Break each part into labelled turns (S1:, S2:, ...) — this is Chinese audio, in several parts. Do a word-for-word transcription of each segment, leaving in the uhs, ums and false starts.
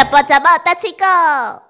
S1: 波怎么大七个？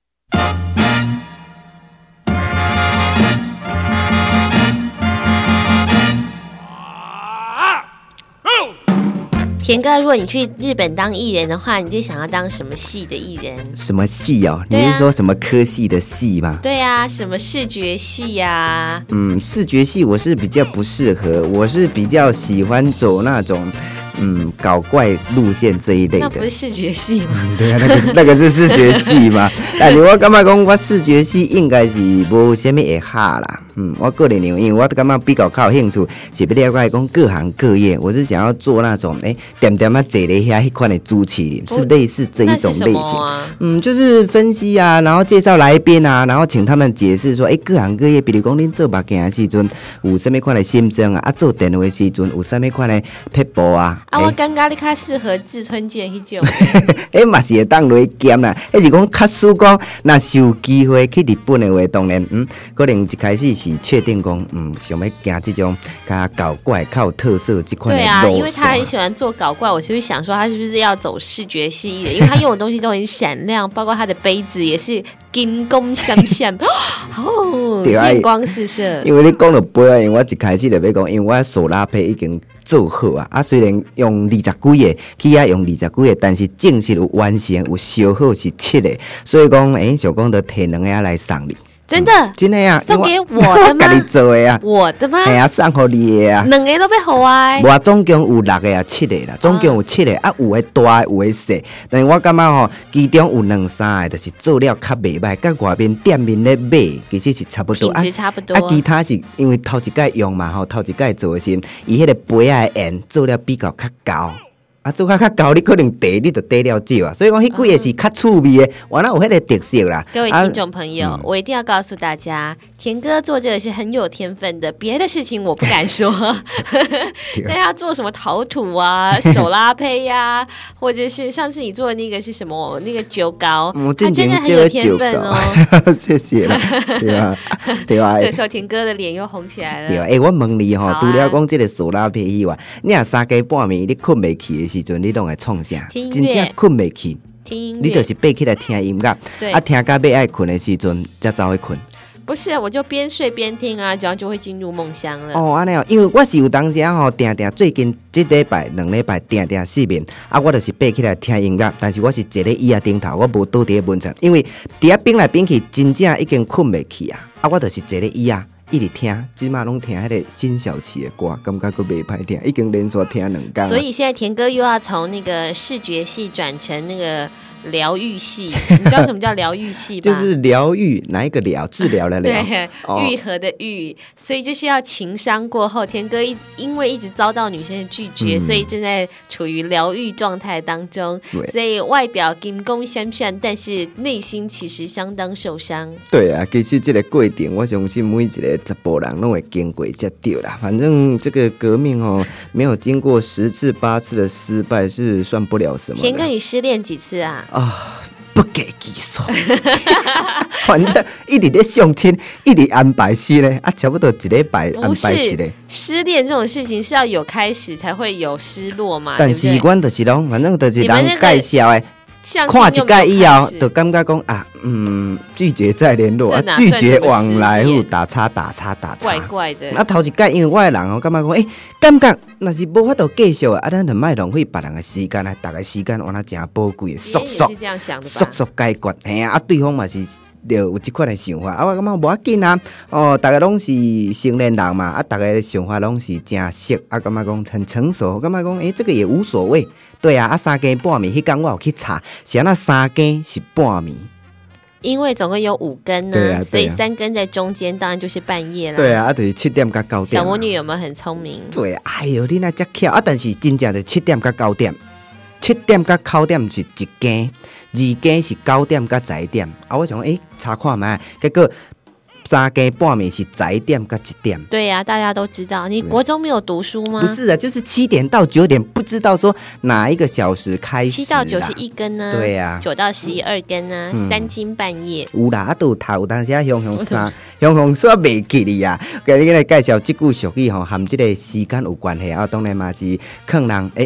S1: 田哥，如果你去日本当艺人的话，你就想要当什么系的艺人？
S2: 什么系哦？你是说什么科系的系吗？
S1: 对啊，什么视觉系呀、啊？
S2: 嗯，视觉系我是比较不适合，我是比较喜欢走那种嗯搞怪路线这一类的。
S1: 那不是视觉系吗？
S2: 嗯、对啊，那个那个是视觉系嘛。但是我感觉讲我视觉系应该是无什么会哈啦。嗯，我个人认为，因为我感觉比较靠兴趣，是要了解讲各行各业。我是想要做那种哎点点啊坐咧遐迄款的主持人，是类似这一种类型。
S1: 啊、
S2: 嗯，就是分析啊，然后介绍来宾啊，然后请他们解释说，哎，各行各业，比如讲恁做目镜的时阵有什么款的心声啊，啊做电话的时阵有什么款的撇步啊。
S1: 啊，我感觉你较适合志村健迄种。
S2: 哎，嘛是会当落减啦，迄是讲假使讲，若是有机会去日本的话，当然，嗯，可能一开始是确定讲，嗯，想要行这种较搞怪、较有特色这款的路线。
S1: 对啊，因为他很喜欢做搞怪，我就会想说，他是不是要走视觉系的？因为他用的东西都很闪亮，包括他的杯子也是金光闪闪，哦，电光四射。
S2: 因为你讲到杯啊，因为我一开始就要讲，因为我手拉胚已经做好啊，啊，虽然用二十几个，起啊用二十几个，但是正式有完成，有烧好是七个，所以讲，诶、欸，想讲就摕两个来送你。
S1: 真的、嗯、
S2: 真的啊，
S1: 送给我的吗？
S2: 我你做的啊，
S1: 我的吗？
S2: 系啊，送给你的啊，
S1: 两个都被好啊。
S2: 我总共有六个啊，七个啦，总共有七个、哦、啊，有的大，有的小。但是我感觉吼，其中有两三个就是做了较袂歹，甲外面店面咧买，其实是差不多，
S1: 品质差不多。
S2: 啊，其他是因为头一届用嘛吼，头一届做的时，伊迄个杯仔的沿做了比较较高。啊，做较较高，你可能茶你就茶了少啊，所以讲迄几个是较趣味的，完了有迄个特色啦。
S1: 各位听众朋友，啊嗯、我一定要告诉大家，田哥做这个是很有天分的，别的事情我不敢说，但他做什么陶土啊、手拉胚呀、啊，或者是上次你做的那个是什么那个酒糕，他真的很有天分哦。
S2: 谢谢啦，对啊，对啊。
S1: 这时候田哥的脸又红起来了。
S2: 对啊，哎、欸，我问你吼，除了讲这个手拉胚以外，你若三更半暝你困袂起的时阵，你拢会创啥？真正困袂起，
S1: 听音乐，
S2: 你就是爬起来听音乐，
S1: 对
S2: 啊，听到要爱困的时阵才走去困。
S1: 不是，我就边睡边听啊，这样就会进入梦乡了。
S2: 哦，安尼哦，因为我是有当时吼，定定最近这礼拜、两礼拜定定失眠，啊，我就是爬起来听音乐，但是我是坐咧椅仔顶头，我无倒伫蚊床，因为伫遐变来变去，真正已经困袂去啊，啊，我就是坐咧椅仔。一直听，即马拢听迄个辛晓琪的歌，感觉佫袂歹听，已经连续听两天。
S1: 所以现在田哥又要从那个视觉系转成那个疗愈系，你知道什么叫疗愈系吧？
S2: 就是疗愈，哪一个疗？治疗的疗，
S1: 对，哦、愈合的愈。所以就是要情伤过后，田哥一因为一直遭到女生的拒绝，嗯、所以正在处于疗愈状态当中。所以外表金光闪闪，但是内心其实相当受伤。
S2: 对啊，其实这个过程，我相信每一个查甫人拢会经过才对啦。反正这个革命哦，没有经过十次八次的失败是算不了什么的。
S1: 田哥，你失恋几次啊？
S2: 啊，不计其数。反正一直在相亲，一直安排戏呢，啊，差不多一礼拜安排一个。
S1: 失恋这种事情是要有开始才会有失落嘛，
S2: 但是阮就是拢，反正就是人介绍的。
S1: 看
S2: 一届以后，就感觉讲啊，嗯，拒绝再联络啊，拒绝往来，有打叉打叉打叉，
S1: 怪怪的。
S2: 啊，头一届因为我的人哦，感觉讲，诶、欸，感觉若是无法度继续啊，咱就莫浪费别人的时间啊，大家时间原来真宝贵的，速速速速解决，嘿啊，啊，对方嘛是。就有这款的想法，啊，我感觉无要紧啊，哦，大家拢是成年人嘛，啊，大家的想法拢是真熟，啊，感觉讲很成熟，感觉讲，诶、欸，这个也无所谓，对啊，啊，三更半暝，迄天我有去查，是安那三更是半暝，
S1: 因为总共有五根呢，
S2: 对啊对啊，
S1: 所以三根在中间，当然就是半夜啦。
S2: 对啊，啊，就是七点到九点。
S1: 小魔女有没有很聪明？
S2: 对，哎呦，你那只巧啊！但是真正就七点到九点，七点到九点是一更。二更是九点到十一点，啊，我想诶、欸、查看嘛，结果三更半暝是十一点到一点。
S1: 对呀、啊，大家都知道。你国中没有读书吗？
S2: 不是啊，就是七点到九点，不知道说哪一个小时开始。
S1: 七到九是一根呢，
S2: 对呀、啊，
S1: 九到十一二根呢、嗯，三更半夜。
S2: 有啦，啊，都有头，但是啊，雄雄三，雄雄煞袂记哩啊。给你来介绍这句俗语吼，和这个时间有关系啊。当然嘛是可能诶。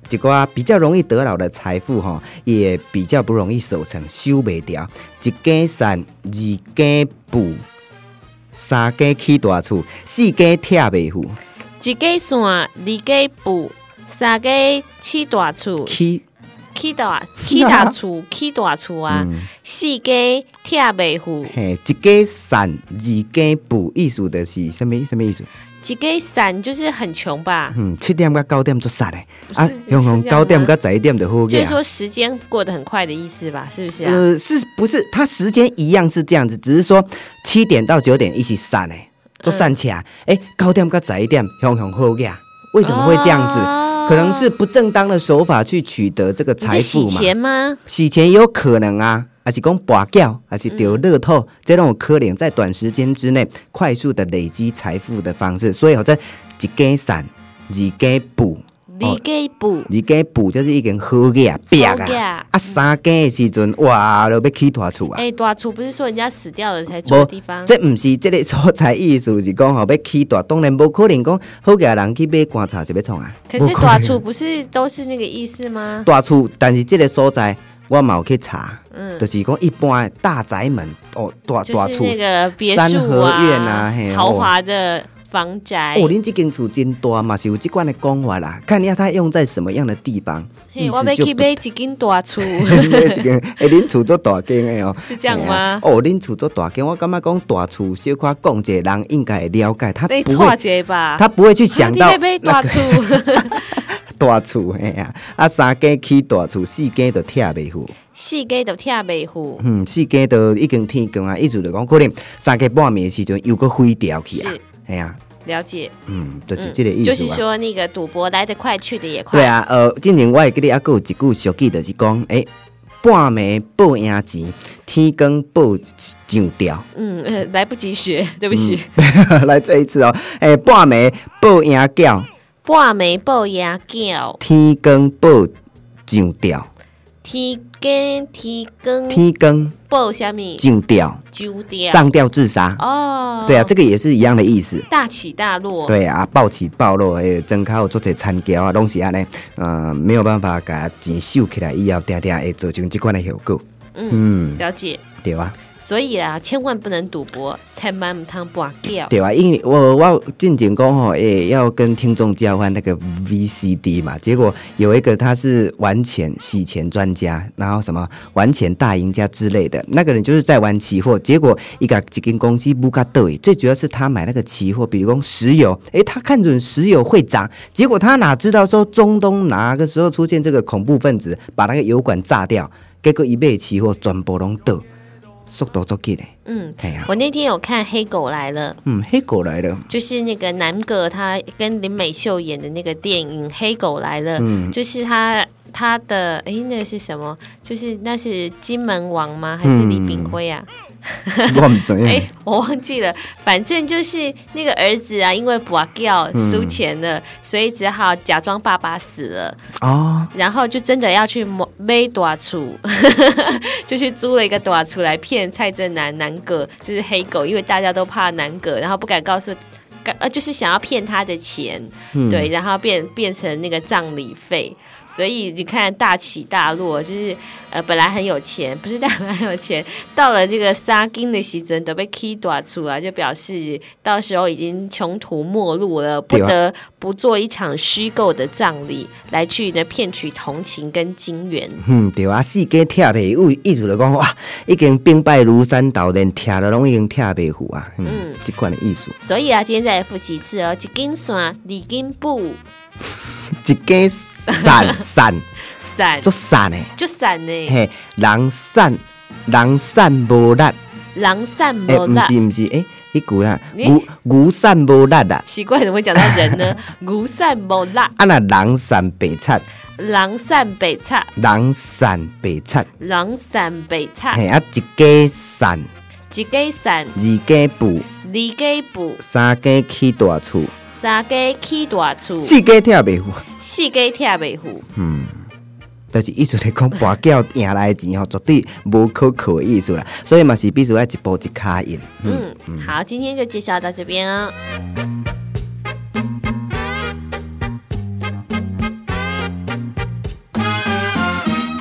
S2: 一个比较容易得到的财富哈，也比较不容易守成，收不掉。一家散，二家富，三家起大厝，四家拆袂富。
S1: 一家散，二家富，三家起大厝。起起大起大厝，起大厝啊！嗯、四家拆袂富。
S2: 嘿，一家散，二家富，意思就是什么？什么意思？
S1: 一家散就是很穷吧？
S2: 嗯，七点到九点就散嘞，啊，用用九点到十一点就好。
S1: 就是说时间过得很快的意思吧？是不是啊？
S2: 呃，是不是？它时间一样是这样子，只是说七点到九点一起散嘞，就散起来。哎、嗯，九点到十一点用用好呀？为什么会这样子？哦、可能是不正当的手法去取得这个财富嘛？
S1: 洗钱吗？
S2: 洗钱也有可能啊。还是讲拔掉，还是丢乐透，嗯、这种可能在短时间之内快速的累积财富的方式。所以，好在一家散，二家富，
S1: 二家富，
S2: 二家富就是已经好嘅逼啊！啊，三家的时阵，哇，就要起大厝啊！
S1: 哎、欸，大厝不是说人家死掉了才住的地方？
S2: 这不是这个所在意思，是讲吼要起大，当然不可能讲好嘅人去买棺材是要创啊。
S1: 可是大厝不是都是那个意思吗？
S2: 大厝，但是这个所在。我嘛有去查，嗯，就是讲一般的大宅门哦，大大厝、
S1: 那个别墅啊、
S2: 三合院啊，
S1: 豪华的房宅。
S2: 哦，恁这间厝真大嘛，是有这款的讲法啦。看你它用在什么样的地方。
S1: 嘿，我要去买一间大厝。
S2: 买一间，哎，恁厝做大间的哦。
S1: 是这样吗？
S2: 哦，恁厝做大间，我感觉讲大厝，小可讲一个人应该会了解，他不
S1: 会吧？
S2: 他不会去想到。
S1: 你买大厝。
S2: 大厝嘿啊，啊三家起大厝，四家就拆袂富。
S1: 四家就拆袂富。
S2: 嗯，四家就已经天光啊，意思就讲可能三家半暝的时阵又搁毁掉去啊。哎呀，
S1: 了解。
S2: 嗯，就是这个意思、啊嗯。
S1: 就是说那个赌博来得快，去得也快。
S2: 对啊，呃，今年我会记得还有一句俗语，就是讲，哎、欸，半暝报赢钱，天光报上吊。
S1: 嗯、呃，来不及学，对不起。
S2: 嗯、来这一次哦，哎、欸，半暝报赢饺。
S1: 半暝报赢饺，
S2: 天光报上吊。
S1: 天光天光
S2: 天光
S1: 报什么？
S2: 上吊，
S1: 上吊，
S2: 上吊自杀。
S1: 哦，
S2: 对啊，这个也是一样的意思。
S1: 大起大落。
S2: 对啊，暴起暴落，诶，真靠有做者参交啊，拢是安尼，呃，没有办法把钱收起来，以后定定会造成这款的后果。
S1: 嗯，嗯了解。
S2: 对啊。
S1: 所以啊，千万不能赌博，千万不通博掉。
S2: 对啊，因为我我进前讲吼，诶，要跟听众交换那个 V C D 嘛，结果有一个他是玩钱洗钱专家，然后什么玩钱大赢家之类的，那个人就是在玩期货，结果一个几间公司不嘎对，最主要是他买那个期货，比如说石油，诶，他看准石油会涨，结果他哪知道说中东哪个时候出现这个恐怖分子，把那个油管炸掉，结果一买期货全部拢倒。速度足急的，
S1: 嗯，我那天有看《黑狗来了》，
S2: 嗯，《黑狗来了》
S1: 就是那个南葛他跟林美秀演的那个电影《黑狗来了》，嗯，就是他他的哎，那个是什么？就是那是金门王吗？还是李炳辉啊？
S2: 我不知道，
S1: 哎，我忘记了，反正就是那个儿子啊，因为博掉输钱了，嗯、所以只好假装爸爸死了哦，然后就真的要去买大厝，就去租了一个大厝来骗蔡正南南葛，就是黑狗，因为大家都怕南葛，然后不敢告诉。呃，就是想要骗他的钱，嗯、对，然后变变成那个葬礼费，所以你看大起大落，就是呃本来很有钱，不是本来很有钱，到了这个杀金的时阵都被起大厝啊，就表示到时候已经穷途末路了，不得不做一场虚构的葬礼来去呢骗取同情跟金元。
S2: 嗯，对啊，四家拆袂有意思就讲哇，已经兵败如山倒，连拆了拢已经拆袂赴啊，嗯，嗯这款的意思。
S1: 所以啊，今天再来复习一次哦，一根线，二根布。
S2: 一家散散
S1: 散，
S2: 足散的，
S1: 足散的。
S2: 嘿，人散人散无力，
S1: 人散无力，
S2: 不是不是，哎、欸，迄句啦，牛牛散无力啊。
S1: 奇怪，怎么会讲到人呢？牛散无力。
S2: 啊，那人散白贼，
S1: 人散白贼，
S2: 人散白贼，
S1: 人散白贼。
S2: 嘿，啊，一家散，
S1: 一家散，
S2: 二家富，
S1: 二家富，
S2: 三家起大厝。
S1: 三家起大厝，
S2: 四家拆袂赴，
S1: 四家拆袂赴。
S2: 嗯，就是意思来讲，博缴赢来的钱吼，绝对无可靠的意思啦。所以嘛是必须要一步一脚印。
S1: 嗯，嗯好，今天就介绍到这边哦。